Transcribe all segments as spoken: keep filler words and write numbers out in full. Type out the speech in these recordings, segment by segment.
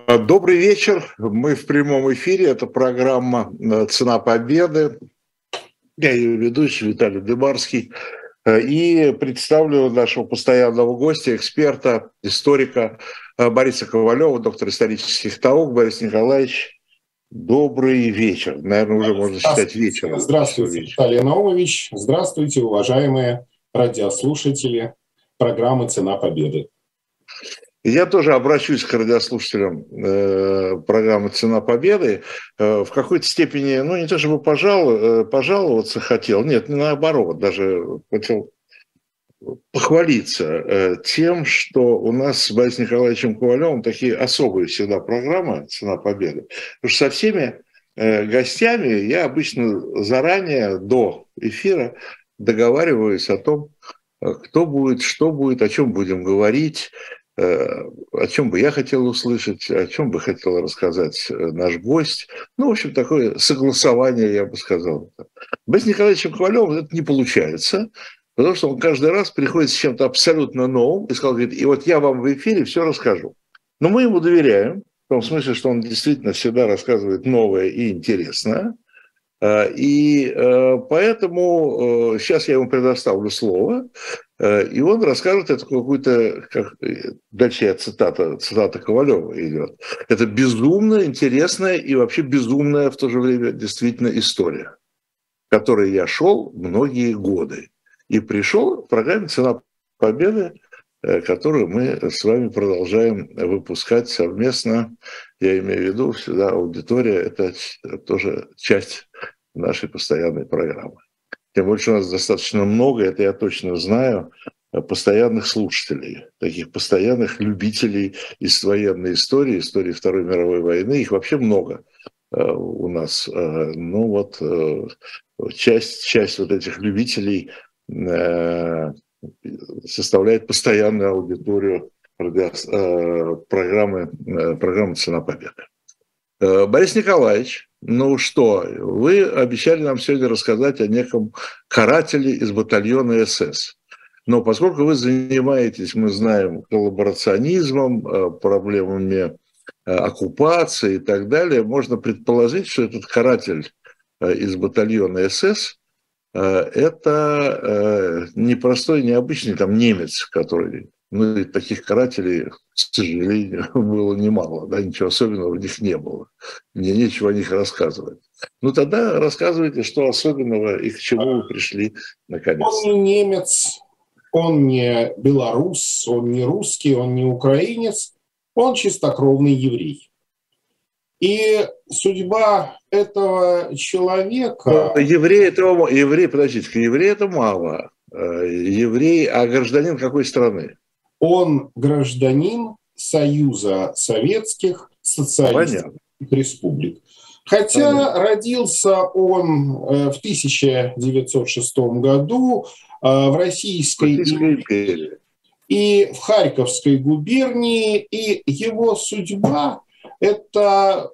Добрый вечер. Мы в прямом эфире. Это программа «Цена победы». Я ее ведущий Виталий Дыбарский. И представлю нашего постоянного гостя, эксперта, историка Бориса Ковалева, доктор исторических наук. Борис Николаевич, добрый вечер. Наверное, уже можно считать вечером. Здравствуйте, Виталий Наумович. Здравствуйте, уважаемые радиослушатели программы «Цена победы». Я тоже обращусь к радиослушателям э, программы «Цена победы». Э, в какой-то степени, ну, не то чтобы пожал, э, пожаловаться хотел, нет, не наоборот, даже хотел похвалиться э, тем, что у нас с Борисом Николаевичем Ковалевым такие особые всегда программы «Цена победы». Потому что со всеми э, гостями я обычно заранее, до эфира, договариваюсь о том, кто будет, что будет, о чем будем говорить, о чем бы я хотел услышать, о чем бы хотел рассказать наш гость. Ну, в общем, такое согласование, я бы сказал. Без Николаевича Ковалева это не получается, потому что он каждый раз приходит с чем-то абсолютно новым и сказал, говорит, и вот я вам в эфире все расскажу. Но мы ему доверяем, в том смысле, что он действительно всегда рассказывает новое и интересное. И поэтому сейчас я ему предоставлю слово, и он расскажет это какую-то, как, дальше я цитата, цитата Ковалева идет. Это безумно интересная и вообще безумная в то же время действительно история, к которой я шел многие годы. И пришел в программе «Цена победы», которую мы с вами продолжаем выпускать совместно. Я имею в виду, всегда аудитория – это тоже часть нашей постоянной программы. Тем больше у нас достаточно много, это я точно знаю, постоянных слушателей, таких постоянных любителей военной истории, истории Второй мировой войны. Их вообще много у нас. Ну вот часть, часть вот этих любителей составляет постоянную аудиторию программы, программы «Цена победы». Борис Николаевич, ну что, вы обещали нам сегодня рассказать о неком карателе из батальона СС. Но поскольку вы занимаетесь, мы знаем, коллаборационизмом, проблемами оккупации и так далее, можно предположить, что этот каратель из батальона СС – это не простой, необычный там немец, который... Ну, и таких карателей, к сожалению, было немало, да, ничего особенного в них не было. Мне нечего о них рассказывать. Ну, тогда рассказывайте, что особенного и к чему вы пришли наконец. Он не немец, он не белорус, он не русский, он не украинец, он чистокровный еврей. И судьба этого человека... Еврей, это, еврей, подождите, еврей это мало. Еврей, а гражданин какой страны? Он гражданин Союза Советских Социалистических Республик. Хотя Понятно. Родился он в тысяча девятьсот шестом году в Российской империи и в Харьковской губернии, и его судьба – это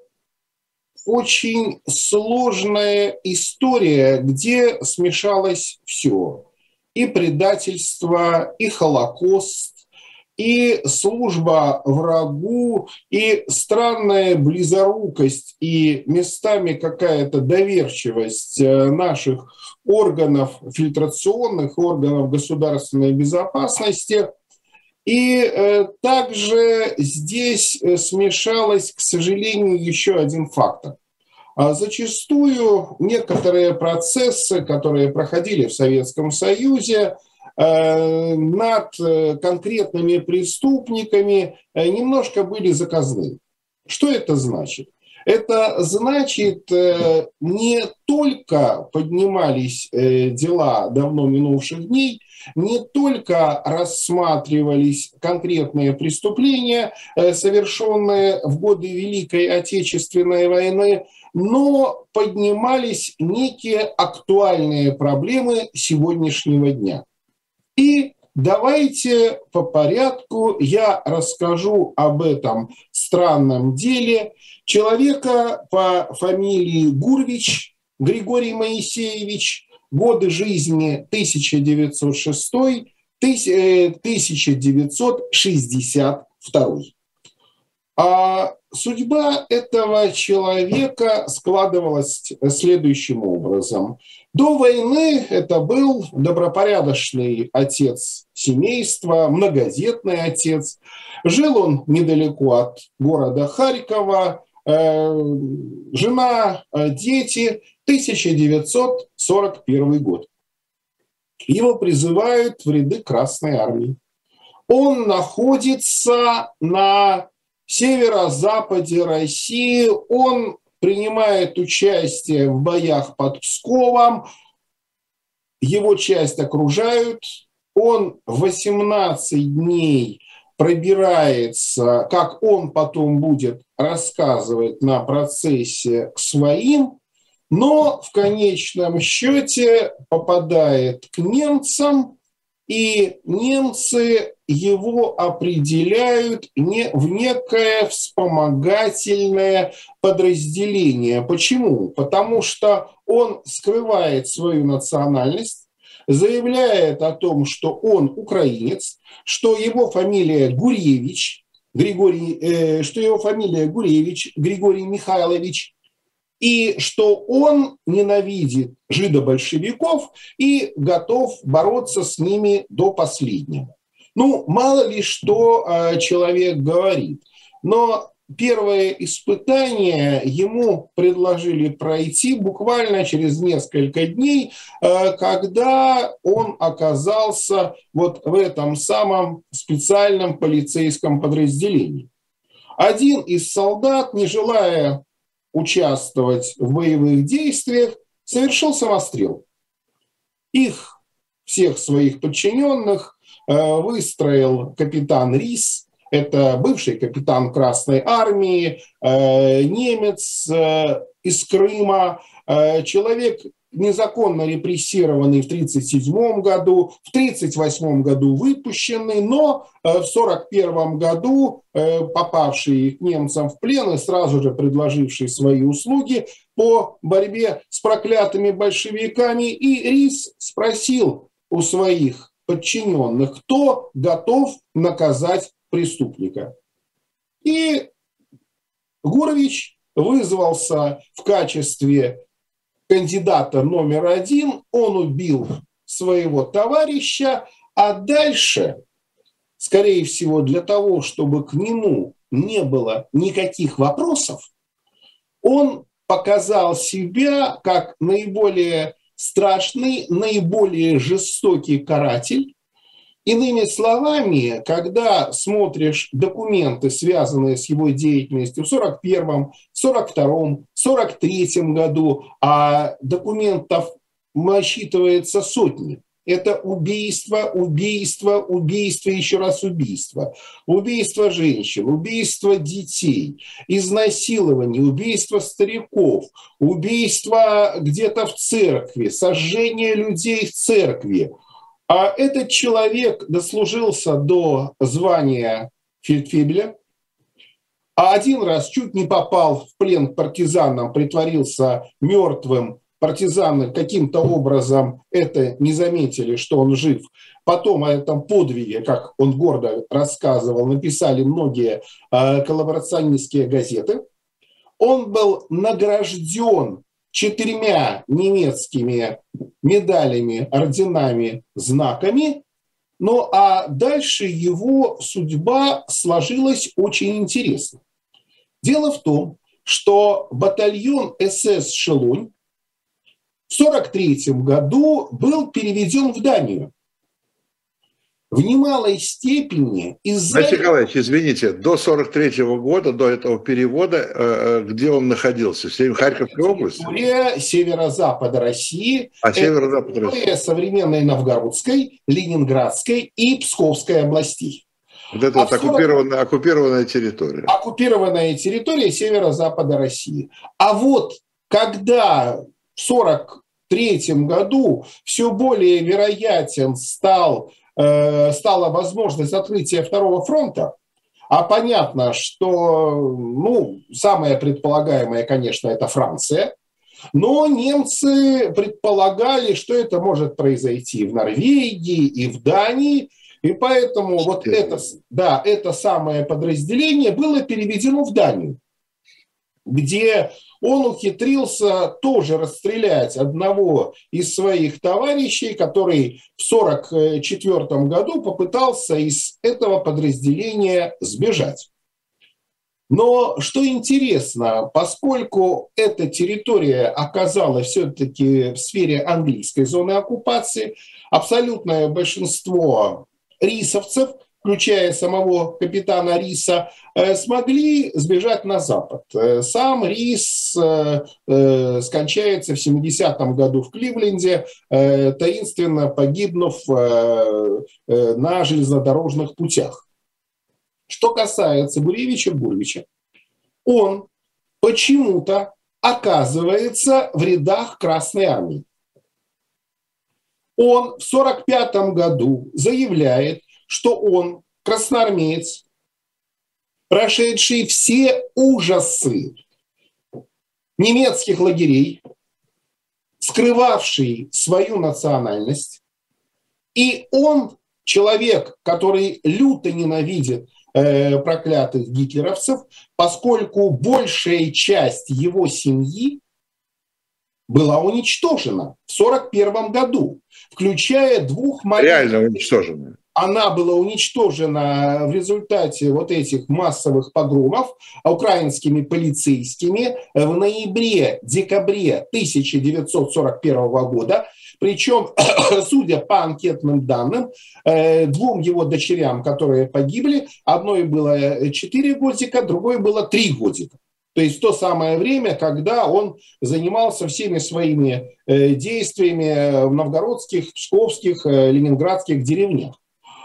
очень сложная история, где смешалось все. И предательство, и Холокост, и служба врагу, и странная близорукость, и местами какая-то доверчивость наших органов, фильтрационных органов государственной безопасности. И э, также здесь смешалось, к сожалению, еще один фактор. А зачастую некоторые процессы, которые проходили в Советском Союзе, над конкретными преступниками немножко были заказны. Что это значит? Это значит, не только поднимались дела давно минувших дней, не только рассматривались конкретные преступления, совершенные в годы Великой Отечественной войны, но поднимались некие актуальные проблемы сегодняшнего дня. И давайте по порядку я расскажу об этом странном деле человека по фамилии Гурвич Григорий Моисеевич, годы жизни тысяча девятьсот шестой — тысяча девятьсот шестьдесят второй. А судьба этого человека складывалась следующим образом. До войны это был добропорядочный отец семейства, многодетный отец. Жил он недалеко от города Харькова. Жена, дети, тысяча девятьсот сорок первый год. Его призывают в ряды Красной Армии. Он находится на северо-западе России, он принимает участие в боях под Псковом, его часть окружают, он восемнадцать дней пробирается, как он потом будет рассказывать на процессе, к своим, но в конечном счете попадает к немцам, и немцы его определяют не в некое вспомогательное подразделение. Почему? Потому что он скрывает свою национальность, заявляет о том, что он украинец, что его фамилия Гуревич, Григорий, э, что его фамилия Гуревич Григорий Михайлович, и что он ненавидит жидобольшевиков и готов бороться с ними до последнего. Ну, мало ли что э, человек говорит, но первое испытание ему предложили пройти буквально через несколько дней, э, когда он оказался вот в этом самом специальном полицейском подразделении. Один из солдат, не желая участвовать в боевых действиях, совершил самострел. Их, всех своих подчиненных, выстроил капитан Рис, это бывший капитан Красной Армии, немец из Крыма, человек, незаконно репрессированный в тысяча девятьсот тридцать седьмом году, в тысяча девятьсот тридцать восьмом году выпущенный, но в тысяча девятьсот сорок первом году попавший к немцам в плен и сразу же предложивший свои услуги по борьбе с проклятыми большевиками. И Рис спросил у своих подчиненных, кто готов наказать преступника. И Гуревич вызвался в качестве кандидата номер один, он убил своего товарища, а дальше, скорее всего, для того, чтобы к нему не было никаких вопросов, он показал себя как наиболее страшный, наиболее жестокий каратель. Иными словами, когда смотришь документы, связанные с его деятельностью в сорок первом, сорок втором, сорок третьем году, а документов насчитывается сотни. Это убийство, убийство, убийство, еще раз убийство. Убийство женщин, убийство детей, изнасилование, убийство стариков, убийство где-то в церкви, сожжение людей в церкви. А этот человек дослужился до звания фельдфебеля, а один раз чуть не попал в плен к партизанам, притворился мертвым. Партизаны каким-то образом это не заметили, что он жив. Потом о этом подвиге, как он гордо рассказывал, написали многие э, коллаборационистские газеты. Он был награжден четырьмя немецкими медалями, орденами, знаками. Ну а дальше его судьба сложилась очень интересно. Дело в том, что батальон эс эс «Шелунь» в сорок третьем году был переведен в Данию. В немалой степени из-за... Владимир Николаевич, извините, до сорок третьего года, до этого перевода, где он находился? В Харьковской области? Территория северо-запада России. А северо-запад России. Современной Новгородской, Ленинградской и Псковской областей. Вот это а вот оккупированная, сорок... оккупированная территория. Оккупированная территория северо-запада России. А вот когда в сорок третьем году все более вероятен стал... стала возможность открытия второго фронта, а понятно, что ну, самое предполагаемое, конечно, это Франция, но немцы предполагали, что это может произойти в Норвегии и в Дании, и поэтому вот это, да, это самое подразделение было переведено в Данию. где он ухитрился тоже расстрелять одного из своих товарищей, который в сорок четвёртом году попытался из этого подразделения сбежать. Но что интересно, поскольку эта территория оказалась все-таки в сфере английской зоны оккупации, абсолютное большинство рисовцев, включая самого капитана Риса, смогли сбежать на запад. Сам Рис скончается в семидесятом году в Кливленде, таинственно погибнув на железнодорожных путях. Что касается Гуревича Гуревича, он почему-то оказывается в рядах Красной Армии. Он в сорок пятом году заявляет, что он красноармеец, прошедший все ужасы немецких лагерей, скрывавший свою национальность, и он человек, который люто ненавидит э, проклятых гитлеровцев, поскольку большая часть его семьи была уничтожена в сорок первом году, включая двух маленьких... Реально уничтожена. Она была уничтожена в результате вот этих массовых погромов украинскими полицейскими в ноябре-декабре тысяча девятьсот сорок первого года. Причем, судя по анкетным данным, двум его дочерям, которые погибли, одной было четыре годика, другой было три годика. То есть в то самое время, когда он занимался всеми своими действиями в новгородских, псковских, ленинградских деревнях.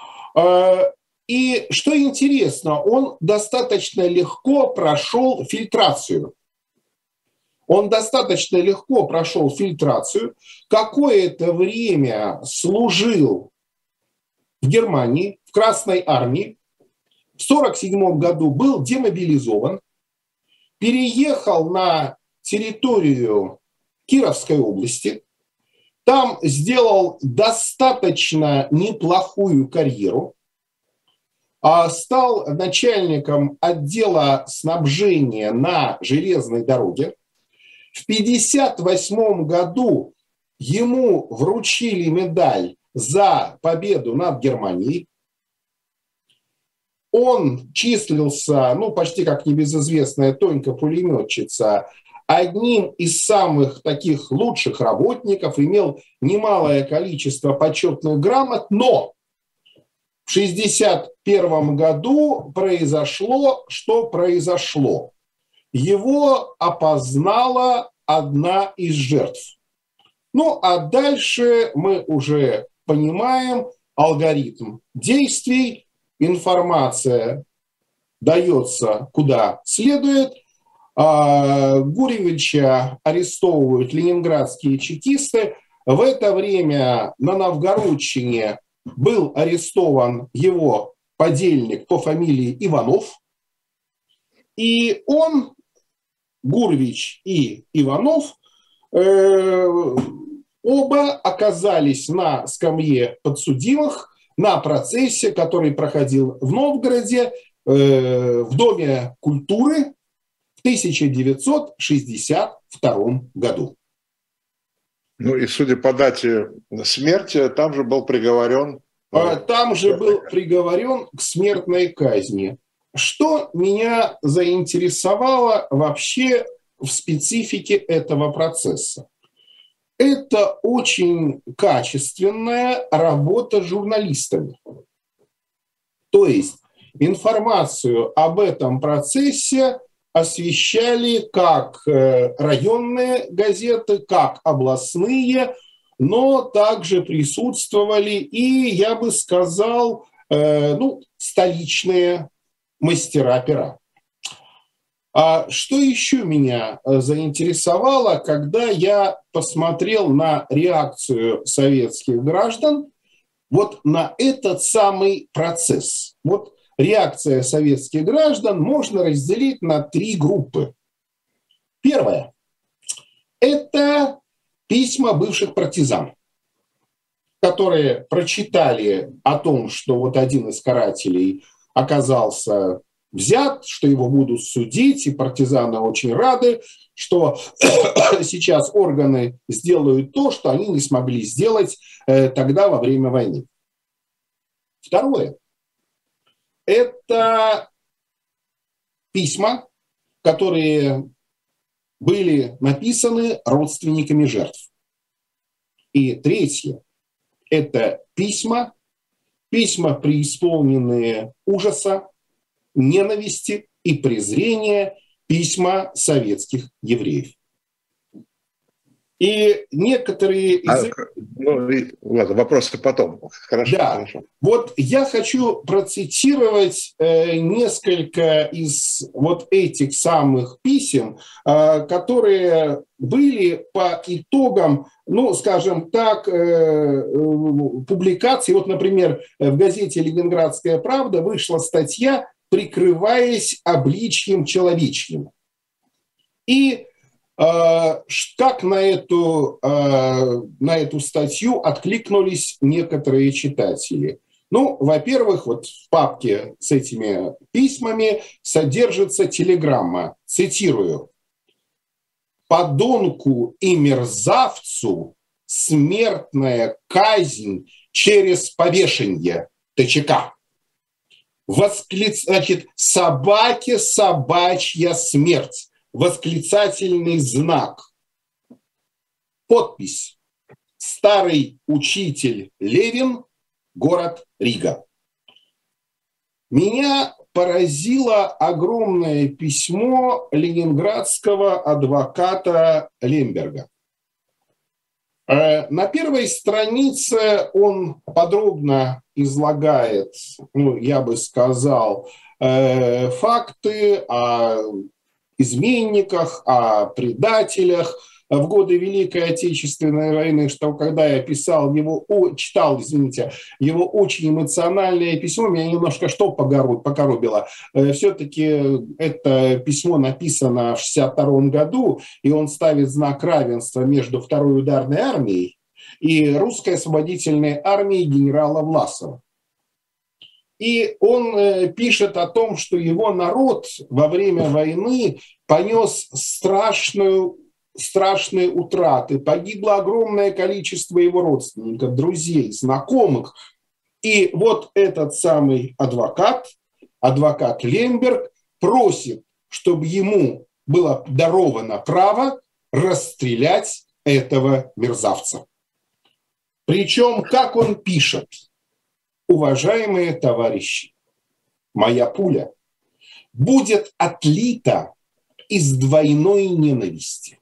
И что интересно, он достаточно легко прошел фильтрацию. Он достаточно легко прошел фильтрацию, какое-то время служил в Германии, в Красной Армии, в сорок седьмом году был демобилизован, переехал на территорию Кировской области, там сделал достаточно неплохую карьеру, стал начальником отдела снабжения на железной дороге. В пятьдесят восьмом году ему вручили медаль за победу над Германией. Он числился, ну, почти как небезызвестная Тонька пулеметчица, одним из самых таких лучших работников, имел немалое количество почетных грамот, но в шестьдесят первом году произошло, что произошло. Его опознала одна из жертв. Ну, а дальше мы уже понимаем алгоритм действий. Информация дается куда следует. Гуревича арестовывают ленинградские чекисты. В это время на Новгородчине был арестован его подельник по фамилии Иванов. И он, Гуревич и Иванов, э, оба оказались на скамье подсудимых на процессе, который проходил в Новгороде, э, в Доме культуры в тысяча девятьсот шестьдесят втором году. Ну и судя по дате смерти, там же был приговорен... Там же был приговорен к смертной казни. Что меня заинтересовало вообще в специфике этого процесса? Это очень качественная работа с журналистами. То есть информацию об этом процессе освещали как районные газеты, как областные, но также присутствовали и, я бы сказал, ну, столичные мастера пера. А что еще меня заинтересовало, когда я посмотрел на реакцию советских граждан вот на этот самый процесс. Вот реакция советских граждан можно разделить на три группы. Первое – это письма бывших партизан, которые прочитали о том, что вот один из карателей оказался взят, что его будут судить, и партизаны очень рады, что сейчас органы сделают то, что они не смогли сделать тогда во время войны. Второе. Это письма, которые были написаны родственниками жертв. И третье. Это письма, письма, преисполненные ужаса, ненависти и презрения, письма советских евреев. И некоторые из... А, ну, ладно, вопросы потом. Хорошо, да. хорошо. Вот я хочу процитировать э, несколько из вот этих самых писем, э, которые были по итогам, ну, скажем так, э, э, публикаций. Вот, например, в газете «Ленинградская правда» вышла статья «Прикрываясь обличьем человечьим». И как на эту, на эту статью откликнулись некоторые читатели? Ну, во-первых, вот в папке с этими письмами содержится телеграмма, цитирую: «Подонку и мерзавцу смертная казнь через повешение ТЧК». Восклиц... Значит, собаке собачья смерть. Восклицательный знак. Подпись: старый учитель Левин, город Рига. Меня поразило огромное письмо ленинградского адвоката Лемберга. На первой странице он подробно излагает, ну, я бы сказал, факты о изменниках, о предателях в годы Великой Отечественной войны, что когда я писал его, о, читал, извините, его очень эмоциональное письмо, меня немножко что покоробило. Все-таки это письмо написано в шестьдесят втором году, и он ставит знак равенства между Второй ударной армией и Русской освободительной армией генерала Власова. И он пишет о том, что его народ во время войны понес страшную, страшные утраты. Погибло огромное количество его родственников, друзей, знакомых. И вот этот самый адвокат, адвокат Лемберг, просит, чтобы ему было даровано право расстрелять этого мерзавца. Причем, как он пишет: «Уважаемые товарищи, моя пуля будет отлита из двойной ненависти.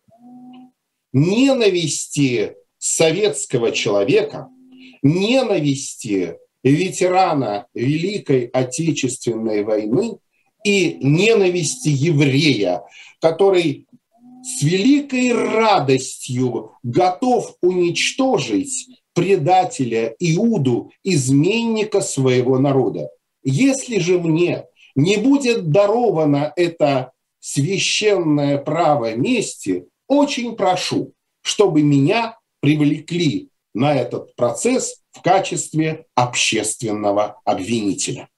Ненависти советского человека, ненависти ветерана Великой Отечественной войны и ненависти еврея, который с великой радостью готов уничтожить предателя, Иуду, изменника своего народа. Если же мне не будет даровано это священное право мести, очень прошу, чтобы меня привлекли на этот процесс в качестве общественного обвинителя».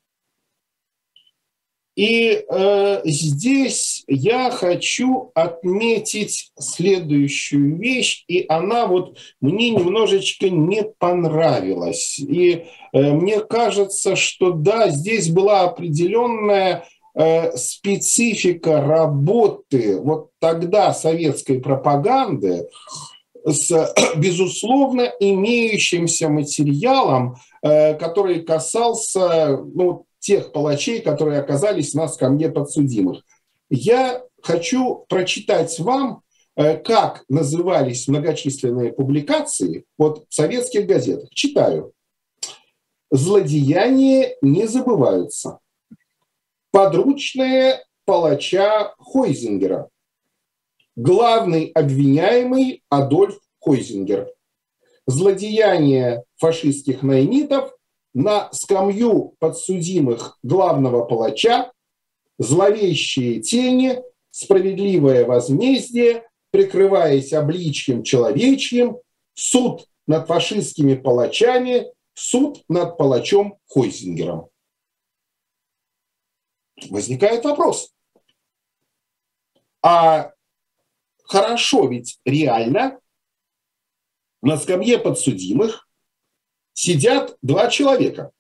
И э, здесь я хочу отметить следующую вещь, и она вот мне немножечко не понравилась. И э, мне кажется, что да, здесь была определенная э, специфика работы вот тогда советской пропаганды с, безусловно, имеющимся материалом, э, который касался, ну, тех палачей, которые оказались на скамье подсудимых. Я хочу прочитать вам, как назывались многочисленные публикации вот в советских газетах. Читаю. «Злодеяния не забываются. Подручные палача Хойзингера. Главный обвиняемый Адольф Хойзингер. Злодеяния фашистских наимитов на скамью подсудимых главного палача, зловещие тени, справедливое возмездие, прикрываясь обличьем человечьим, суд над фашистскими палачами, суд над палачом Хойзингером». возникает вопрос. А хорошо, ведь реально на скамье подсудимых сидят два человека,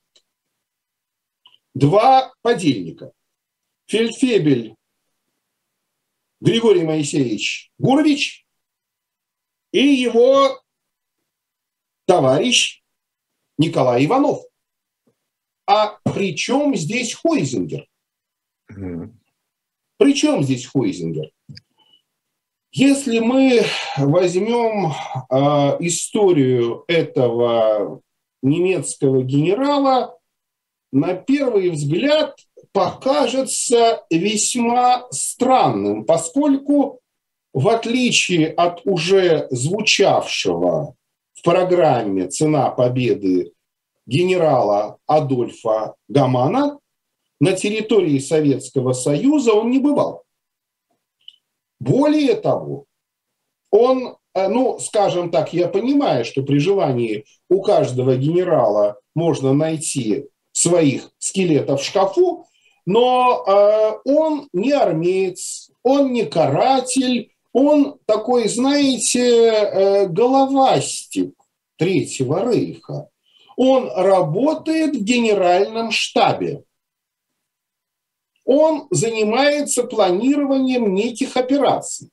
два подельника. Фельдфебель Григорий Моисеевич Гурвич и его товарищ Николай Иванов. А при чем здесь Хойзингер? Mm. При чем здесь Хойзингер? Если мы возьмем э, историю этого немецкого генерала, на первый взгляд покажется весьма странным, поскольку в отличие от уже звучавшего в программе «Цена победы» генерала Адольфа Гамана, на территории Советского Союза он не бывал. Более того, он, ну, скажем так, я понимаю, что при желании у каждого генерала можно найти своих скелетов в шкафу, но э, он не армеец, он не каратель, он такой, знаете, э, головастик Третьего Рейха. Он работает в генеральном штабе. Он занимается планированием неких операций.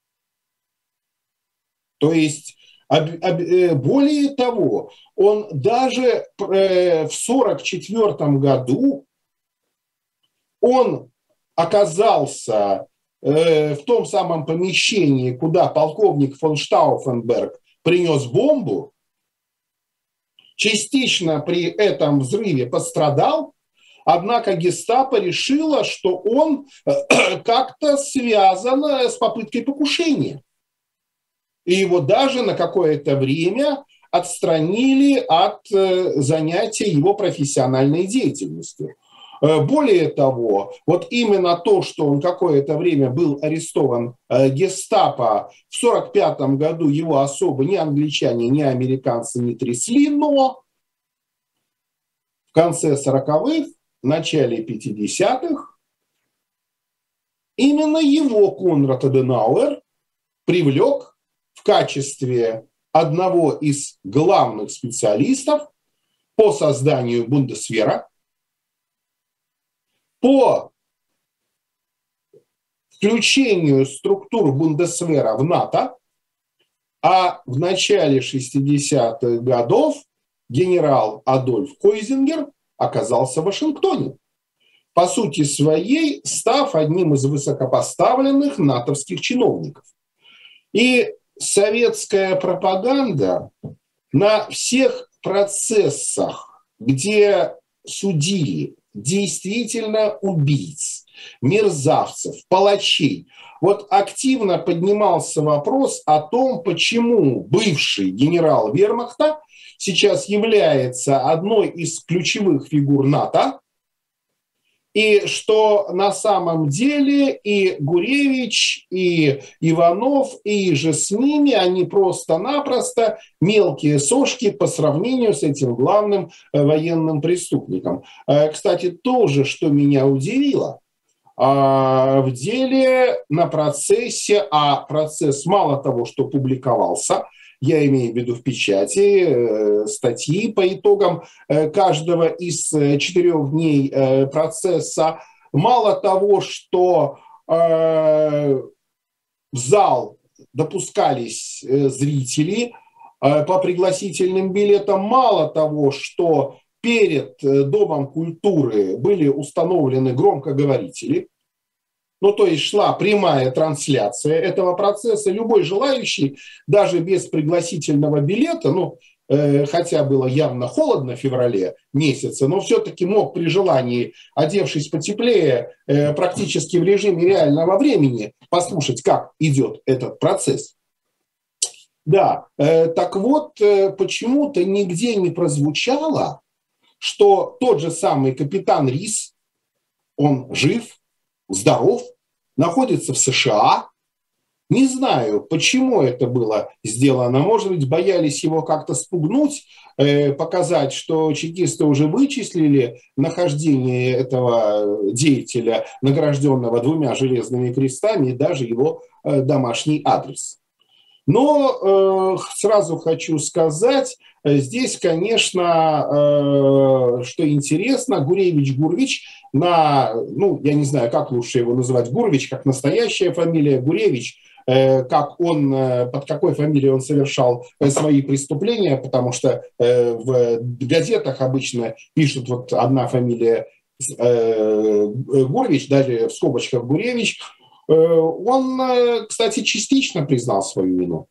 То есть, более того, он даже в сорок четвёртом году он оказался в том самом помещении, куда полковник фон Штауфенберг принес бомбу, частично при этом взрыве пострадал, однако гестапо решило, что он как-то связан с попыткой покушения. И его даже на какое-то время отстранили от занятия его профессиональной деятельностью. Более того, вот именно то, что он какое-то время был арестован гестапо, в сорок пятом году его особо ни англичане, ни американцы не трясли, но в конце сороковых, в начале пятидесятых именно его Конрад Аденауэр привлек в качестве одного из главных специалистов по созданию Бундесвера, по включению структур Бундесвера в НАТО, а в начале шестидесятых годов генерал Адольф Хойзингер оказался в Вашингтоне, по сути своей став одним из высокопоставленных натовских чиновников. И советская пропаганда на всех процессах, где судили действительно убийц, мерзавцев, палачей, вот активно поднимался вопрос о том, почему бывший генерал вермахта сейчас является одной из ключевых фигур НАТО, и что на самом деле и Гуревич, и Иванов, и же с ними, они просто-напросто мелкие сошки по сравнению с этим главным военным преступником. Кстати, тоже, что меня удивило, в деле на процессе, а процесс мало того, что публиковался, я имею в виду в печати, статьи по итогам каждого из четырех дней процесса. Мало того, что в зал допускались зрители по пригласительным билетам, мало того, что перед Домом культуры были установлены громкоговорители, ну, то есть шла прямая трансляция этого процесса. Любой желающий, даже без пригласительного билета, ну, э, хотя было явно холодно в феврале месяце, но все-таки мог при желании, одевшись потеплее, э, практически в режиме реального времени, послушать, как идет этот процесс. Да, э, так вот, э, почему-то нигде не прозвучало, что тот же самый капитан Рис, он жив, здоров, находится в США, Не знаю, почему это было сделано. Может быть, боялись его как-то спугнуть, показать, что чекисты уже вычислили нахождение этого деятеля, награжденного двумя железными крестами, и даже его домашний адрес. Но сразу хочу сказать, здесь, конечно, что интересно, Гуревич-Гурвич на, ну, я не знаю, как лучше его называть, Гурвич, как настоящая фамилия, Гуревич, как он, под какой фамилией он совершал свои преступления, потому что в газетах обычно пишут вот одна фамилия Гурвич, даже в скобочках Гуревич. Он, кстати, частично признал свою вину.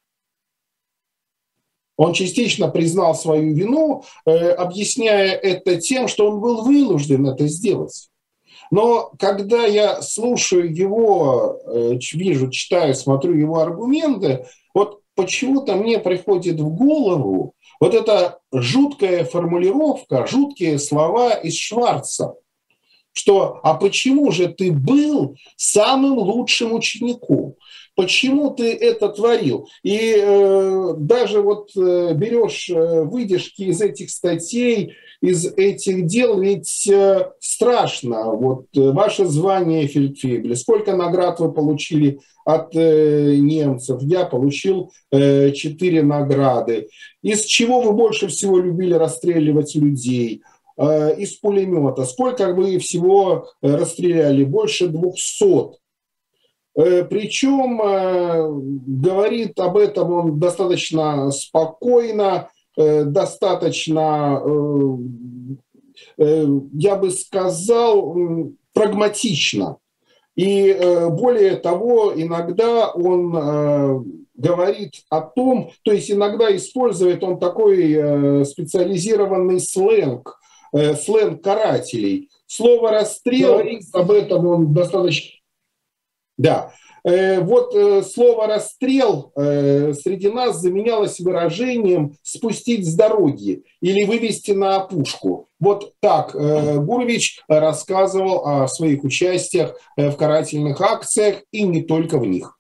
Он частично признал свою вину, объясняя это тем, что он был вынужден это сделать. Но когда я слушаю его, вижу, читаю, смотрю его аргументы, вот почему-то мне приходит в голову вот эта жуткая формулировка, жуткие слова из Шварца, что «а почему же ты был самым лучшим учеником? Почему ты это творил?» И э, даже вот э, берешь э, выдержки из этих статей, из этих дел, ведь э, страшно. Вот э, ваше звание фельдфебеля, сколько наград вы получили от э, немцев? Я получил э, четыре награды. Из чего вы больше всего любили расстреливать людей? Э, из пулемета. Сколько вы всего расстреляли? Больше двухсот. Причем говорит об этом он достаточно спокойно, достаточно, я бы сказал, прагматично. И более того, иногда он говорит о том, то есть иногда использует он такой специализированный сленг, сленг карателей. Слово «расстрел», об этом он достаточно... Да, вот слово «расстрел» среди нас заменялось выражением «спустить с дороги» или «вывести на опушку». Вот так Гурвич рассказывал о своих участиях в карательных акциях и не только в них.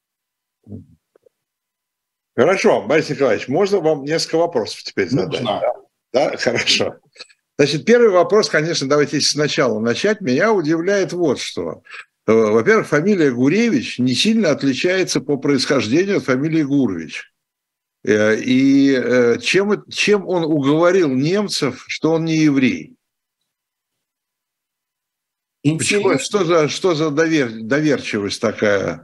Хорошо, Борис Николаевич, можно вам несколько вопросов теперь задать? Нужно. Да? Да, хорошо. Значит, первый вопрос, конечно, давайте сначала начать. Меня удивляет вот что. Во-первых, фамилия Гуревич не сильно отличается по происхождению от фамилии Гурвич. И чем, чем он уговорил немцев, что он не еврей? Почему, что за, что за довер, доверчивость такая?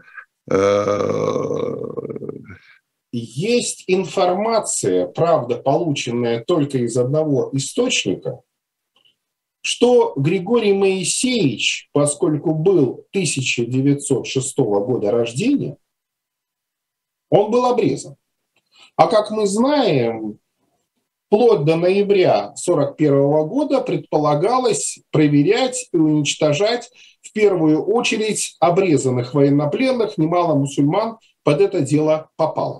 Есть информация, правда, полученная только из одного источника, что Григорий Моисеевич, поскольку был тысяча девятьсот шестого года рождения, он был обрезан. А как мы знаем, вплоть до ноября сорок первого года предполагалось проверять и уничтожать в первую очередь обрезанных военнопленных, немало мусульман под это дело попало.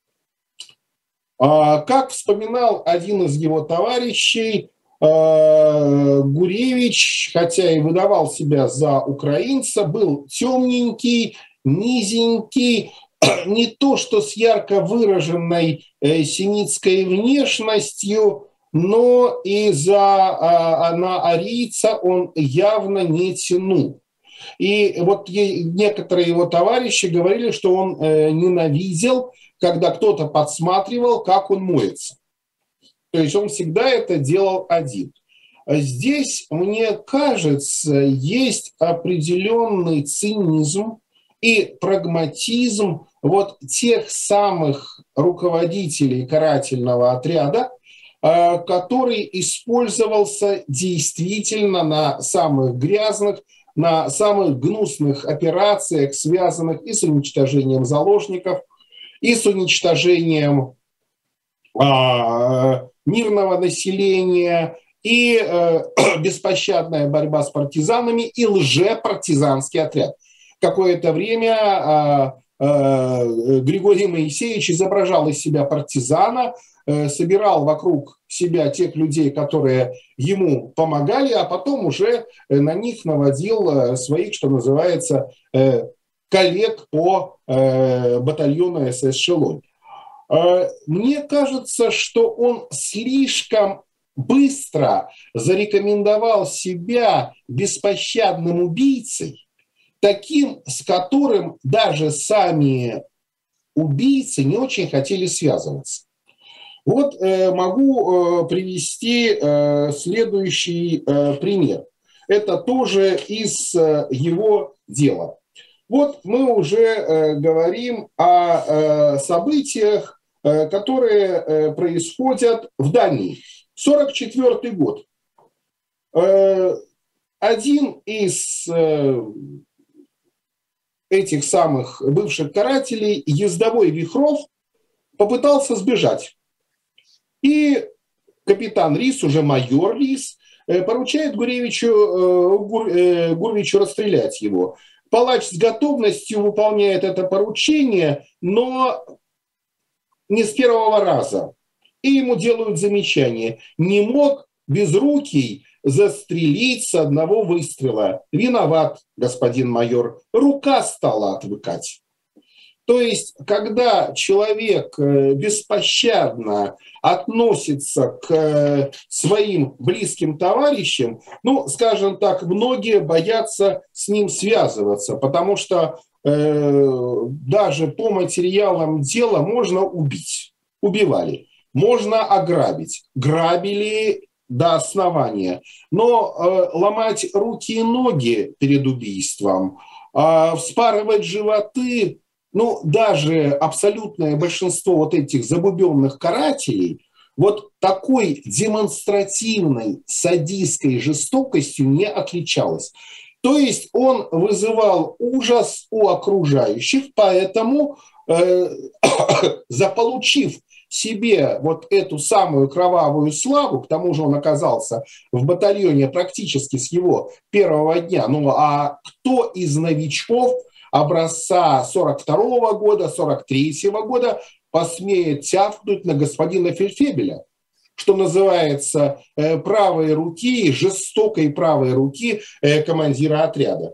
Как вспоминал один из его товарищей, Гуревич, хотя и выдавал себя за украинца, был темненький, низенький, не то что с ярко выраженной семитской внешностью, но и за на арийца он явно не тянул. И вот некоторые его товарищи говорили, что он ненавидел, когда кто-то подсматривал, как он моется. То есть он всегда это делал один. Здесь, мне кажется, есть определенный цинизм и прагматизм вот тех самых руководителей карательного отряда, который использовался действительно на самых грязных, на самых гнусных операциях, связанных и с уничтожением заложников, и с уничтожением а, мирного населения, и э, беспощадная борьба с партизанами, и лжепартизанский отряд. Какое-то время э, э, Григорий Моисеевич изображал из себя партизана, э, собирал вокруг себя тех людей, которые ему помогали, а потом уже на них наводил своих, что называется, э, коллег по э, батальону эс эс «Шелонь». Э, мне кажется, что он слишком быстро зарекомендовал себя беспощадным убийцей, таким, с которым даже сами убийцы не очень хотели связываться. Вот э, могу э, привести э, следующий э, пример. Это тоже из э, его дела. Вот мы уже э, говорим о э, событиях, э, которые э, происходят в Дании. сорок четвёртый год. Э, один из э, этих самых бывших карателей, ездовой Вихров, попытался сбежать. И капитан Рис, уже майор Рис, поручает Гуревичу, Гур, Гурвичу расстрелять его. Палач с готовностью выполняет это поручение, но не с первого раза. И ему делают замечание. Не мог безрукий застрелить с одного выстрела. Виноват, господин майор. Рука стала отвыкать. То есть, когда человек беспощадно относится к своим близким товарищам, ну, скажем так, многие боятся с ним связываться, потому что э, даже по материалам дела можно убить. Убивали. Можно ограбить. Грабили до основания. Но э, ломать руки и ноги перед убийством, э, вспарывать животы, ну, даже абсолютное большинство вот этих забубенных карателей вот такой демонстративной садистской жестокостью не отличалось. То есть он вызывал ужас у окружающих, поэтому, э, заполучив себе вот эту самую кровавую славу, к тому же он оказался в батальоне практически с его первого дня, ну а кто из новичков образца сорок второго года, сорок третьего года посмеет тявкнуть на господина Фельдфебеля, что называется, правой руки, жестокой правой руки командира отряда.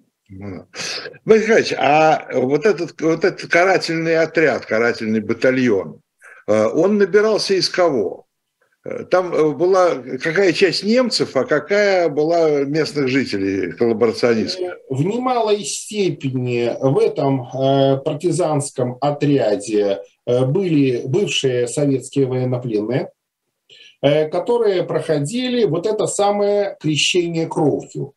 Михаил, а вот этот, вот этот карательный отряд, карательный батальон, он набирался из кого? Там была какая часть немцев, а какая была местных жителей, коллаборационистов? В немалой степени в этом партизанском отряде были бывшие советские военнопленные, которые проходили вот это самое крещение кровью.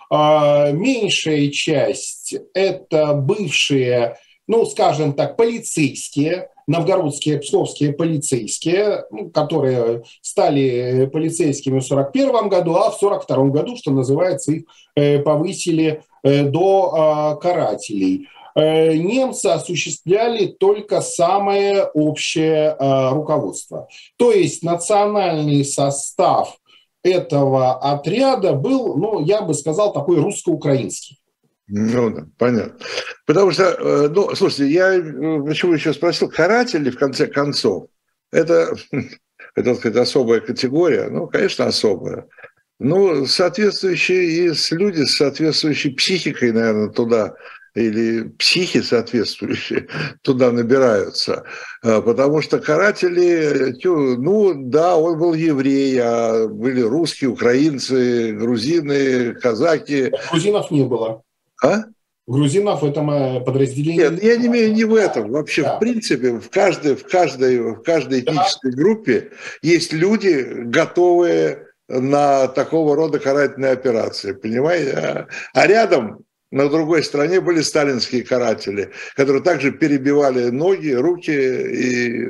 Меньшая часть – это бывшие, ну, скажем так, полицейские, новгородские, псковские полицейские, ну, которые стали полицейскими в сорок первом году, а в сорок втором году, что называется, их повысили до карателей. Немцы осуществляли только самое общее руководство. То есть национальный состав этого отряда был, ну, я бы сказал, такой русско-украинский. Ну да, понятно. Потому что, ну, слушайте, я почему еще спросил, каратели, в конце концов, это, это, это особая категория, ну, конечно, особая. Ну, соответствующие и люди с соответствующей психикой, наверное, туда, или психи соответствующие туда набираются. Потому что каратели, ну да, он был еврей, а были русские, украинцы, грузины, казаки. Грузинов не было. А? Грузинов в этом подразделении. Нет, я не имею не в этом. Вообще, да. В принципе, в каждой, в каждой, в каждой этнической да. группе есть люди, готовые на такого рода карательные операции. Понимаете? А, а рядом, на другой стороне, были сталинские каратели, которые также перебивали ноги, руки и...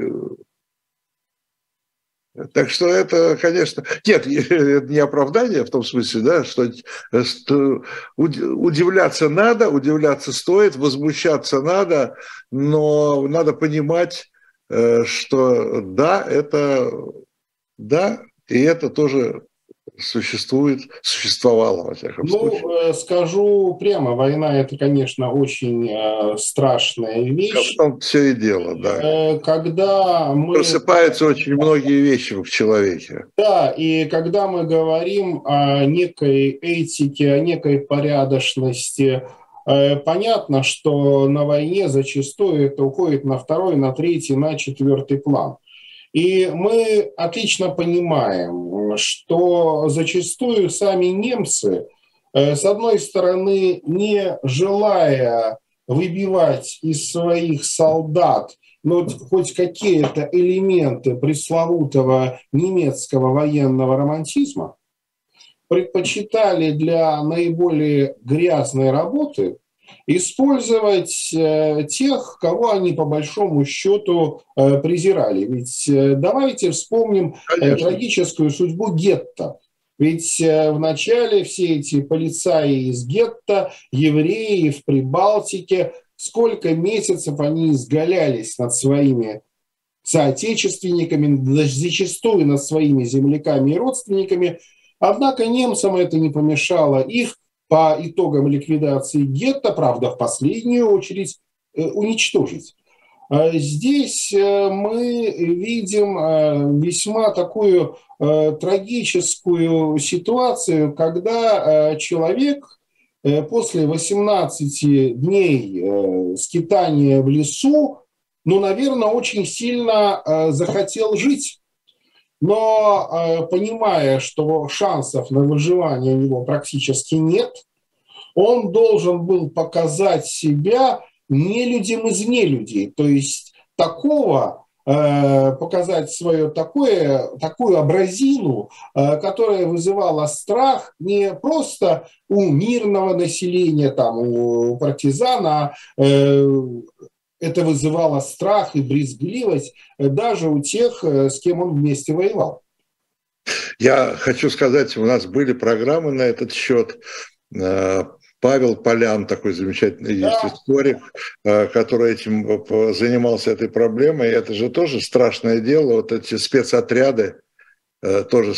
Так что это, конечно... Нет, это не оправдание в том смысле, да, что, что удивляться надо, удивляться стоит, возмущаться надо, но надо понимать, что да, это... Да, и это тоже существует, существовало, во всяком ну, случае. Ну, скажу прямо, война – это, конечно, очень э, страшная вещь. В том все и дело, да. Э, когда мы... Просыпаются очень многие вещи в человеке. Да, и когда мы говорим о некой этике, о некой порядочности, понятно, что на войне зачастую это уходит на второй, на третий, на четвертый план. И мы отлично понимаем, что зачастую сами немцы, с одной стороны, не желая выбивать из своих солдат ну, хоть какие-то элементы пресловутого немецкого военного романтизма, предпочитали для наиболее грязной работы использовать э, тех, кого они по большому счету э, презирали. Ведь э, давайте вспомним э, трагическую судьбу гетто. Ведь э, вначале все эти полицаи из гетто, евреи в Прибалтике, сколько месяцев они изгалялись над своими соотечественниками, зачастую над своими земляками и родственниками. Однако немцам это не помешало их по итогам ликвидации гетто, правда, в последнюю очередь, уничтожить. Здесь мы видим весьма такую трагическую ситуацию, когда человек после восемнадцати дней скитания в лесу, ну, наверное, очень сильно захотел жить. Но, понимая, что шансов на выживание у него практически нет, он должен был показать себя нелюдям из нелюдей. То есть такого, показать свое такое, такую образину, которая вызывала страх не просто у мирного населения, там, у партизан, а это вызывало страх и брезгливость даже у тех, с кем он вместе воевал. Я хочу сказать, у нас были программы на этот счет. Павел Полян, такой замечательный есть да. историк, который этим занимался этой проблемой. Это же тоже страшное дело. Вот эти спецотряды, тоже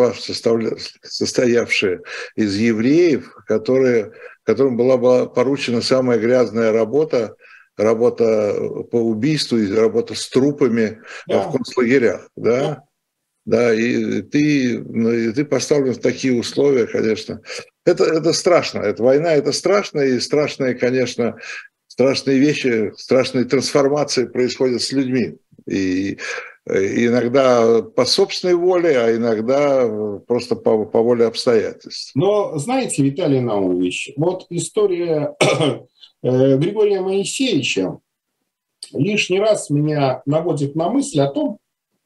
состоявшие из евреев, которые, которым была поручена самая грязная работа, работа по убийству, работа с трупами да. в концлагерях, да, да, да и, ты, ну, и ты поставлен в такие условия, конечно. Это, это страшно, это война, это страшно, и страшные, конечно, страшные вещи, страшные трансформации происходят с людьми. И, и иногда по собственной воле, а иногда просто по, по воле обстоятельств. Но знаете, Виталий Наумович, вот история Григория Моисеевича лишний раз меня наводит на мысль о том,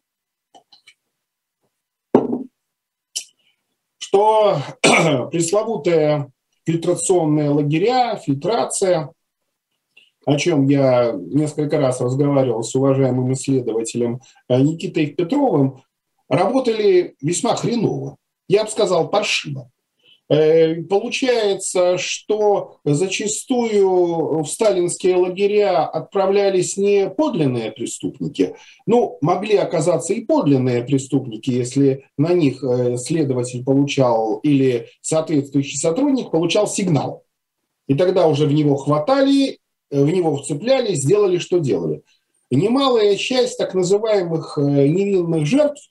что пресловутые фильтрационные лагеря, фильтрация, о чем я несколько раз разговаривал с уважаемым исследователем Никитой Петровым, работали весьма хреново. Я бы сказал, паршиво. Получается, что зачастую в сталинские лагеря отправлялись не подлинные преступники, ну, могли оказаться и подлинные преступники, если на них следователь получал или соответствующий сотрудник получал сигнал. И тогда уже в него хватали, в него вцеплялись, сделали, что делали. И немалая часть так называемых невинных жертв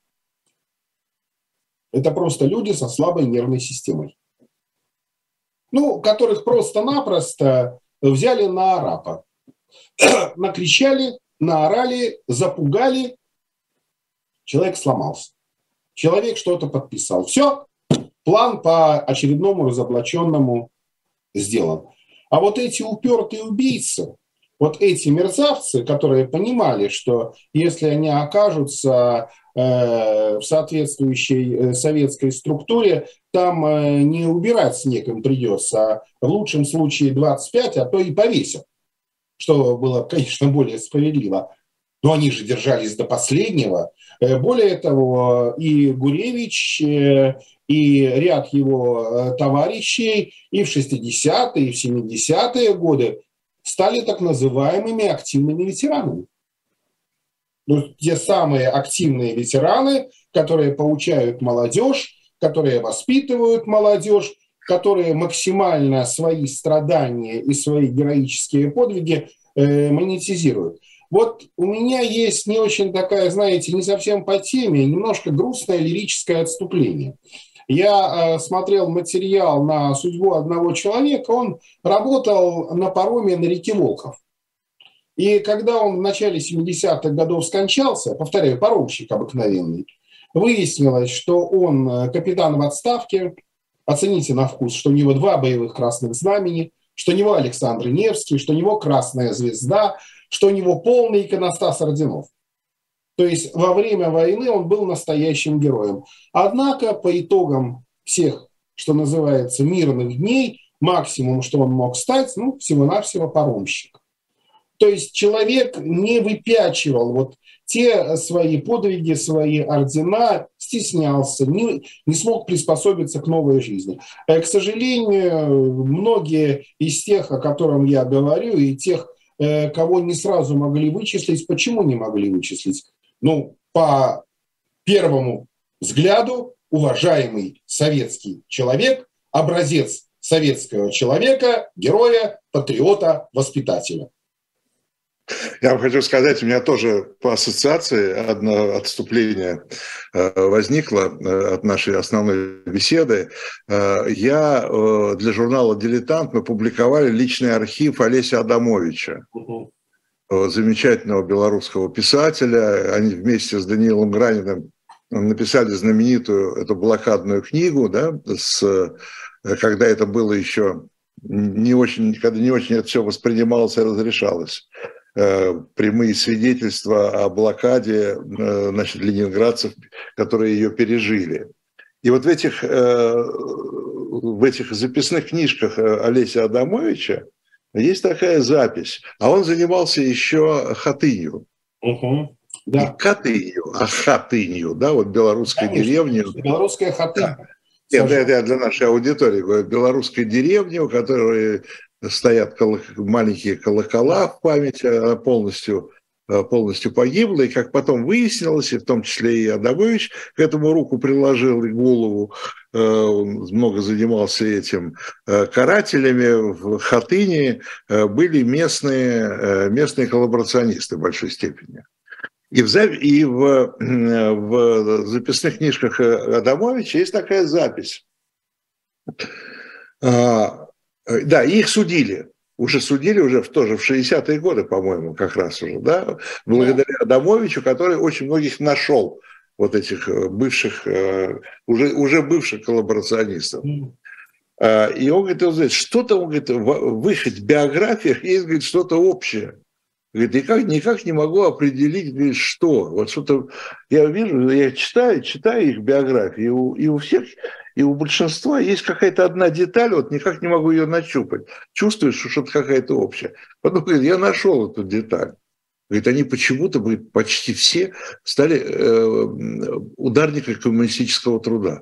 – это просто люди со слабой нервной системой. Ну, которых просто-напросто взяли на арапа. Накричали, наорали, запугали. Человек сломался. Человек что-то подписал. Все, план по очередному разоблаченному сделан. А вот эти упертые убийцы, вот эти мерзавцы, которые понимали, что если они окажутся э, в соответствующей советской структуре, там э, не убирать снег им придется, а в лучшем случае двадцать пять, а то и повесят, что было, конечно, более справедливо. Но они же держались до последнего. Более того, и Гуревич, и ряд его товарищей и в шестидесятые, и в семидесятые годы стали так называемыми активными ветеранами. Ну, те самые активные ветераны, которые получают молодежь, которые воспитывают молодежь, которые максимально свои страдания и свои героические подвиги э, монетизируют. Вот у меня есть не очень такая, знаете, не совсем по теме, немножко грустное лирическое отступление. Я смотрел материал на судьбу одного человека, он работал на пароме на реке Волхов. И когда он в начале семидесятых годов скончался, повторяю, паромщик обыкновенный, выяснилось, что он капитан в отставке, оцените на вкус, что у него два боевых красных знамени, что у него Александр Невский, что у него Красная Звезда, что у него полный иконостас орденов. То есть во время войны он был настоящим героем. Однако по итогам всех, что называется, мирных дней, максимум, что он мог стать, ну, всего-навсего паромщик. То есть человек не выпячивал вот те свои подвиги, свои ордена, стеснялся, не, не смог приспособиться к новой жизни. К сожалению, многие из тех, о котором я говорю, и тех, кого не сразу могли вычислить, почему не могли вычислить? Ну, по первому взгляду, уважаемый советский человек, образец советского человека, героя, патриота, воспитателя. Я вам хочу сказать, у меня тоже по ассоциации одно отступление возникло от нашей основной беседы. Я для журнала «Дилетант» мы публиковали личный архив Олеся Адамовича, угу. замечательного белорусского писателя. Они вместе с Даниилом Граниным написали знаменитую эту блокадную книгу, да, с, когда это было еще не очень, когда не очень это все воспринималось и разрешалось. Прямые свидетельства о блокаде, значит, ленинградцев, которые ее пережили. И вот в этих, в этих записных книжках Олеся Адамовича есть такая запись. А он занимался еще хатынью. Угу, да. Не катынью, а хатынью, да, вот белорусской деревни. Белорусская хатынь. Да. Нет, это я для нашей аудитории говорю. Белорусской деревни, у которой стоят колок... маленькие колокола в память, она полностью, полностью погибла. И как потом выяснилось, и в том числе и Адамович к этому руку приложил и голову, он много занимался этим, карателями в хатыне были местные, местные коллаборационисты в большой степени. И в, и в, в записных книжках Адамовича есть такая запись. Да, их судили. Уже судили уже в, тоже в шестидесятые годы, по-моему, как раз уже, да, благодаря Адамовичу, который очень многих нашел, вот этих бывших, уже, уже бывших коллаборационистов. И он говорит, он говорит, что-то, он говорит, в их биографиях есть, говорит, что-то общее. Говорит, никак, никак не могу определить, говорит, что. Вот что-то я вижу, я читаю, читаю их биографии, и у, и у всех, и у большинства есть какая-то одна деталь, вот никак не могу ее нащупать. Чувствуешь, что что-то какая-то общая. Потом говорит, я нашел эту деталь. Говорит, они почему-то, говорит, почти все стали э, ударниками коммунистического труда.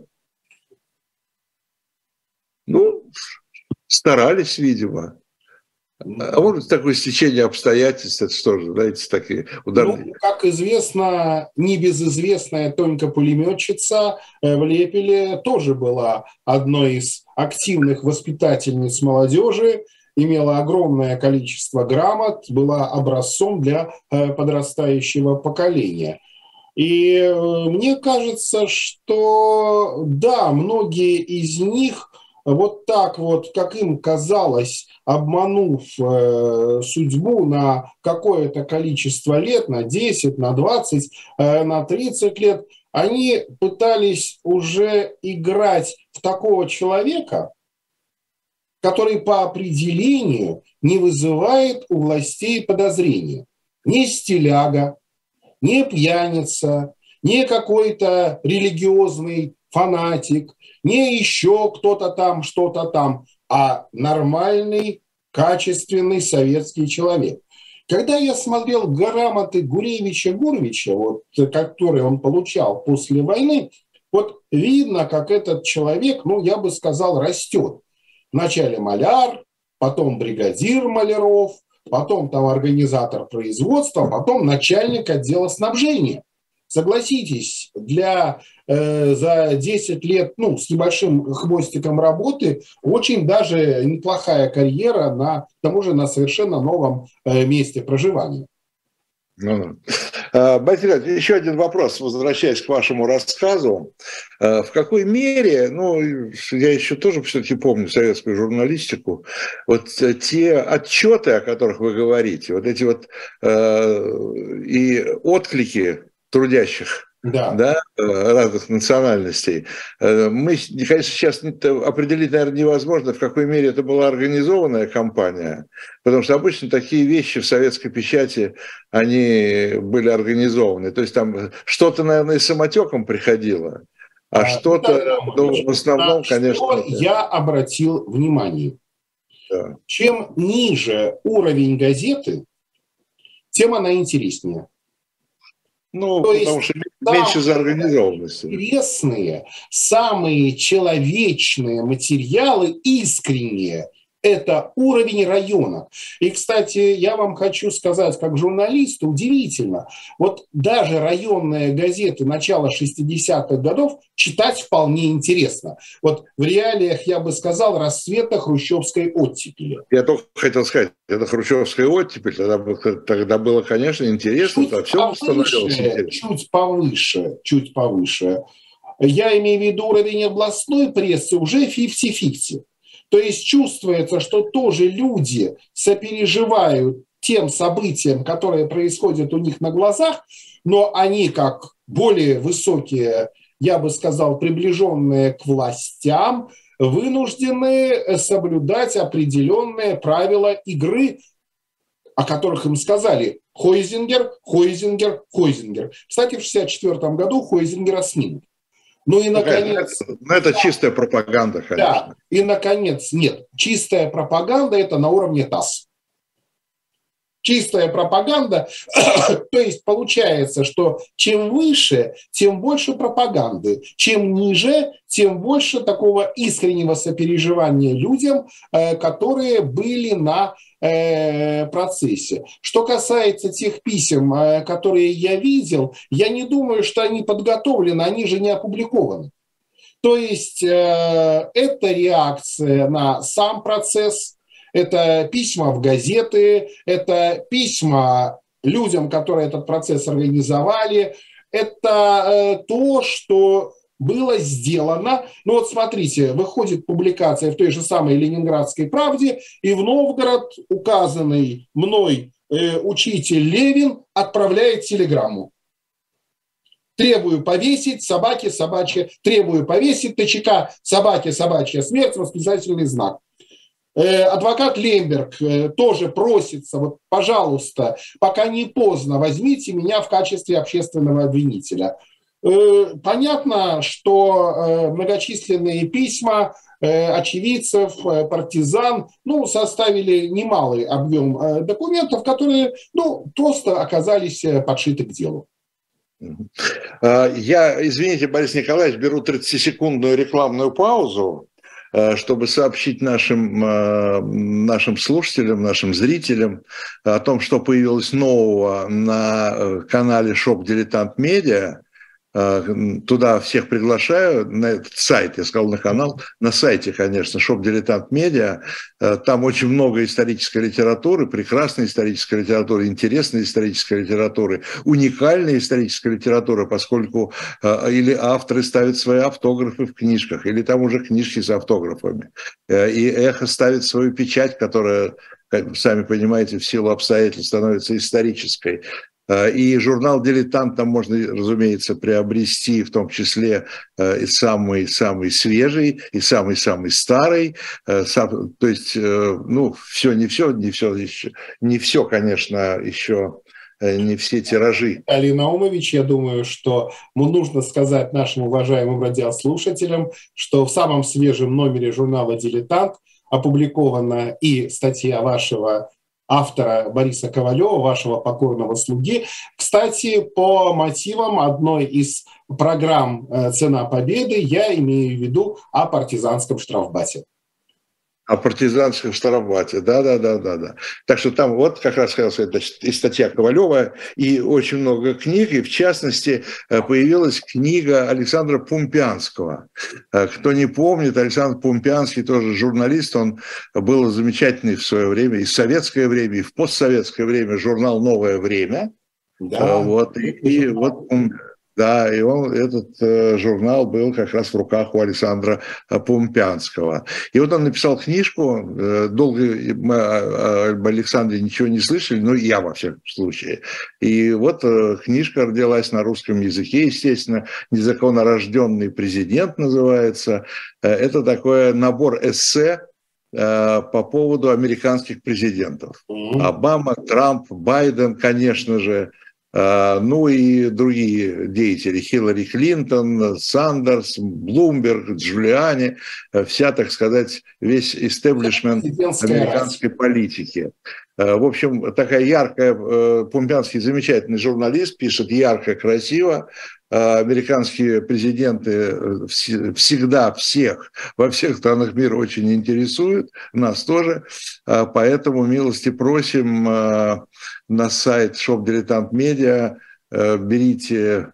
Ну, старались, видимо. А может быть, такое стечение обстоятельств, это что же, знаете, такие ударные. Ну, как известно, небезызвестная Тонька-пулеметчица в Лепеле тоже была одной из активных воспитательниц молодежи, имела огромное количество грамот, была образцом для подрастающего поколения. И мне кажется, что да, многие из них вот так вот, как им казалось, обманув э, судьбу на какое-то количество лет, на десять, на двадцать, э, на тридцать лет, они пытались уже играть в такого человека, который по определению не вызывает у властей подозрения. Не стиляга, не пьяница, не какой-то религиозный фанатик, не еще кто-то там, что-то там, а нормальный, качественный советский человек. Когда я смотрел грамоты Гуревича-Гурвича, вот, которые он получал после войны, вот видно, как этот человек, ну, я бы сказал, растет. Вначале маляр, потом бригадир маляров, потом там организатор производства, потом начальник отдела снабжения. Согласитесь, для, э, за десять лет, ну, с небольшим хвостиком работы, очень даже неплохая карьера, на, к тому же на совершенно новом э, месте проживания. Ну, ну. Борис Николаевич, еще один вопрос, возвращаясь к вашему рассказу. В какой мере, ну, я еще тоже все-таки помню советскую журналистику, вот те отчеты, о которых вы говорите, вот эти вот и отклики трудящих, Да. Да, разных национальностей. Мы, конечно, сейчас определить, наверное, невозможно, в какой мере это была организованная кампания, потому что обычно такие вещи в советской печати, они были организованы. То есть там что-то, наверное, и самотеком приходило, а, а что-то, ну, в основном, конечно... Что я обратил внимание. Да. Чем ниже уровень газеты, тем она интереснее. Ну, то потому есть, что меньше заорганизованности. Интересные, самые человечные материалы, искренние, это уровень района. И, кстати, я вам хочу сказать, как журналист, удивительно, вот даже районные газеты начала шестидесятых годов читать вполне интересно. Вот в реалиях, я бы сказал, расцвета хрущевской оттепели. Я только хотел сказать, это хрущевская оттепель, тогда, тогда было, конечно, интересно, чуть то все становилось интересно. Чуть повыше, чуть повыше. Я имею в виду уровень областной прессы уже пятьдесят на пятьдесят. То есть чувствуется, что тоже люди сопереживают тем событиям, которые происходят у них на глазах, но они, как более высокие, я бы сказал, приближенные к властям, вынуждены соблюдать определенные правила игры, о которых им сказали Хойзингер, Хойзингер, Хойзингер. Кстати, в шестьдесят четвёртом году Хойзингера снимут. Ну и, наконец... Ну, это чистая пропаганда, конечно. Да, и, наконец, нет. Чистая пропаганда – это на уровне ТАСС. Чистая пропаганда, то есть получается, что чем выше, тем больше пропаганды, чем ниже, тем больше такого искреннего сопереживания людям, которые были на процессе. Что касается тех писем, которые я видел, я не думаю, что они подготовлены, они же не опубликованы. То есть это реакция на сам процесс. Это письма в газеты, это письма людям, которые этот процесс организовали. Это то, что было сделано. Ну вот смотрите, выходит публикация в той же самой «Ленинградской правде», и в Новгород указанный мной учитель Левин отправляет телеграмму. Требую повесить, собаке собачья, требую повесить, ТЧК, собаке собачья смерть, восклицательный знак. Адвокат Лемберг тоже просится, вот, пожалуйста, пока не поздно, возьмите меня в качестве общественного обвинителя. Понятно, что многочисленные письма очевидцев, партизан, ну, составили немалый объем документов, которые, ну, просто оказались подшиты к делу. Я, извините, Борис Николаевич, беру тридцатисекундную рекламную паузу, чтобы сообщить нашим, нашим слушателям, нашим зрителям о том, что появилось нового на канале Shop Дилетант Медиа. Туда всех приглашаю, на этот сайт, я сказал на канал, на сайте, конечно, Shop Дилетант Медиа. Там очень много исторической литературы, прекрасной исторической литературы, интересной исторической литературы, уникальной исторической литературы, поскольку или авторы ставят свои автографы в книжках, или там уже книжки с автографами. И Эхо ставит свою печать, которая, как вы сами понимаете, в силу обстоятельств становится исторической. И журнал «Дилетант» там можно, разумеется, приобрести, в том числе и самый-самый свежий, и самый-самый старый. То есть, ну, все, не все, не все еще, не все, конечно, еще не все тиражи. Виталий Наумович, я думаю, что нужно сказать нашим уважаемым радиослушателям, что в самом свежем номере журнала «Дилетант» опубликована и статья вашего автора Бориса Ковалева, вашего покорного слуги. Кстати, по мотивам одной из программ «Цена победы» я имею в виду о партизанском штрафбате. О партизанском штрафбате, да-да-да-да. Так что там вот как раз сказал, это и статья Ковалева, и очень много книг, и в частности появилась книга Александра Пумпянского. Кто не помнит, Александр Пумпянский тоже журналист, он был замечательный в свое время, и в советское время, и в постсоветское время журнал «Новое время». Да, вот, и, и вот он, да, и он, этот э, журнал был как раз в руках у Александра Пумпянского. И вот он написал книжку, э, долго мы об Александре ничего не слышали, ну, я во всяком случае. И вот э, книжка родилась на русском языке, естественно, «Незаконно рожденный президент» называется. Э, это такой набор эссе э, по поводу американских президентов. mm-hmm. Обама, Трамп, Байден, конечно же, ну и другие деятели, Хиллари Клинтон, Сандерс, Блумберг, Джулиани, вся, так сказать, весь истеблишмент американской политики. В общем, такая яркая, Пумпянский замечательный журналист, пишет ярко, красиво. Американские президенты всегда всех, во всех странах мира очень интересуют, нас тоже, поэтому милости просим на сайт Shop Dilettant Media, берите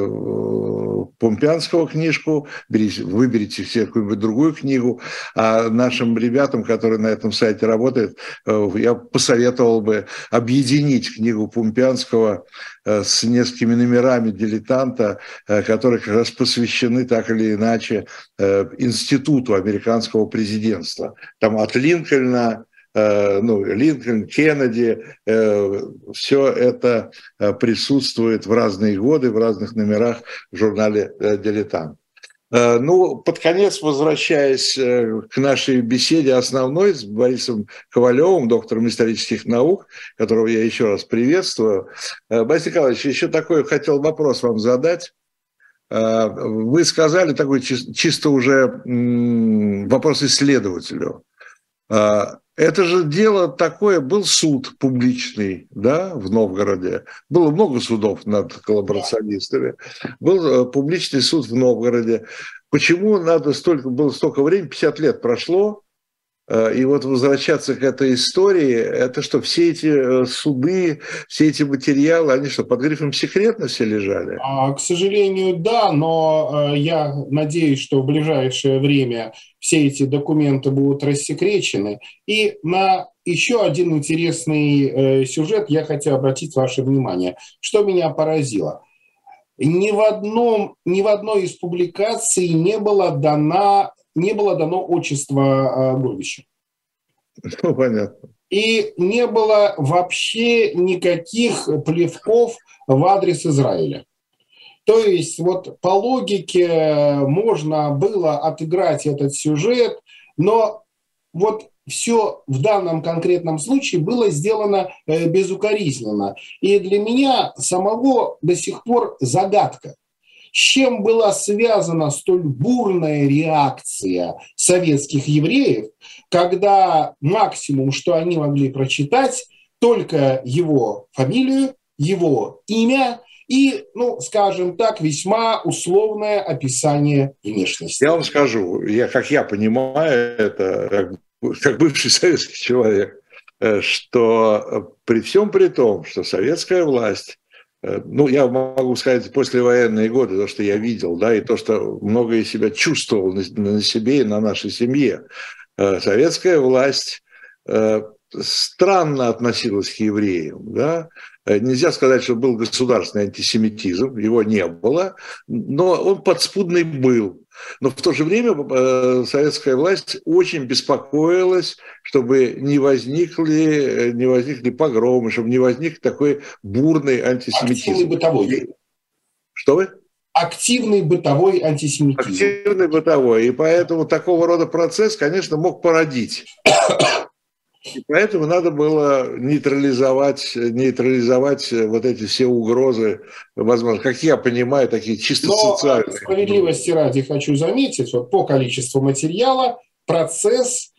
Пумпянского книжку, берите, выберите себе какую-нибудь другую книгу, а нашим ребятам, которые на этом сайте работают, я посоветовал бы объединить книгу Пумпянского с несколькими номерами «Дилетанта», которые как раз посвящены так или иначе институту американского президентства. Там от Линкольна, ну, Линкольн, Кеннеди, все это присутствует в разные годы, в разных номерах в журнале «Дилетант». Ну, под конец, возвращаясь к нашей беседе основной с Борисом Ковалевым, доктором исторических наук, которого я еще раз приветствую. Борис Николаевич, еще такой хотел вопрос вам задать. Вы сказали такой чисто уже вопрос исследователю. Это же дело такое, был суд публичный, да, в Новгороде. Было много судов над коллаборационистами. Был публичный суд в Новгороде. Почему надо столько, было столько времени, пятьдесят лет прошло, и вот возвращаться к этой истории, это что, все эти суды, все эти материалы, они что, под грифом секретности лежали? А, к сожалению, да, но я надеюсь, что в ближайшее время все эти документы будут рассекречены. И на еще один интересный сюжет я хотел обратить ваше внимание. Что меня поразило? Ни в, одном, ни в одной из публикаций не было дано, не было дано отчество Гурвича. Ну, понятно. И не было вообще никаких плевков в адрес Израиля. То есть вот по логике можно было отыграть этот сюжет, но вот все в данном конкретном случае было сделано безукоризненно. И для меня самого до сих пор загадка, с чем была связана столь бурная реакция советских евреев, когда максимум, что они могли прочитать, только его фамилию, его имя и, ну, скажем так, весьма условное описание внешности. Я вам скажу, я, как я понимаю это, как, как бывший советский человек, что при всем при том, что советская власть, ну, я могу сказать, послевоенные годы, то, что я видел, да, и то, что многое себя чувствовал на, на себе и на нашей семье, советская власть странно относилась к евреям, да. Нельзя сказать, что был государственный антисемитизм, его не было, но он подспудный был. Но в то же время э, советская власть очень беспокоилась, чтобы не возникли, не возникли погромы, чтобы не возник такой бурный антисемитизм. Активный бытовой. Что вы? Активный бытовой антисемитизм. Активный бытовой. И поэтому такого рода процесс, конечно, мог породить. И поэтому надо было нейтрализовать, нейтрализовать вот эти все угрозы, возможно, как я понимаю, такие чисто Но социальные. Справедливости ради хочу заметить, вот по количеству материала процесс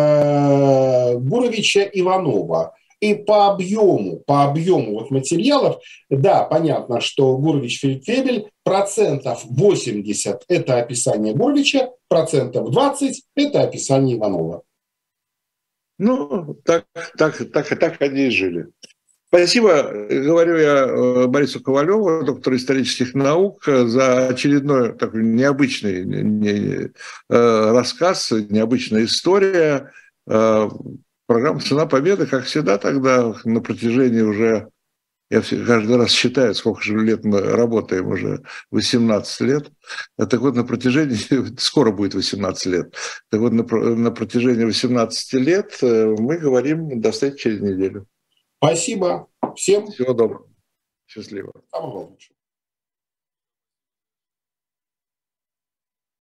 э, Гуровича Иванова. И по объему, по объему вот материалов, да, понятно, что Гурович Фельдфебель процентов восемьдесят – это описание Гуровича, процентов двадцать – это описание Иванова. Ну, так, так, так, так они и жили. Спасибо, говорю я Борису Ковалеву, доктору исторических наук, за очередной такой необычный не, рассказ, необычная история. Программа «Цена победы», как всегда, тогда на протяжении уже Я каждый раз считаю, сколько же лет мы работаем уже, восемнадцать лет. Так вот, на протяжении, скоро будет восемнадцать лет, так вот, на, на протяжении восемнадцати лет мы говорим до встречи через неделю. Спасибо всем. Всего доброго. Счастливо. Самого лучшего.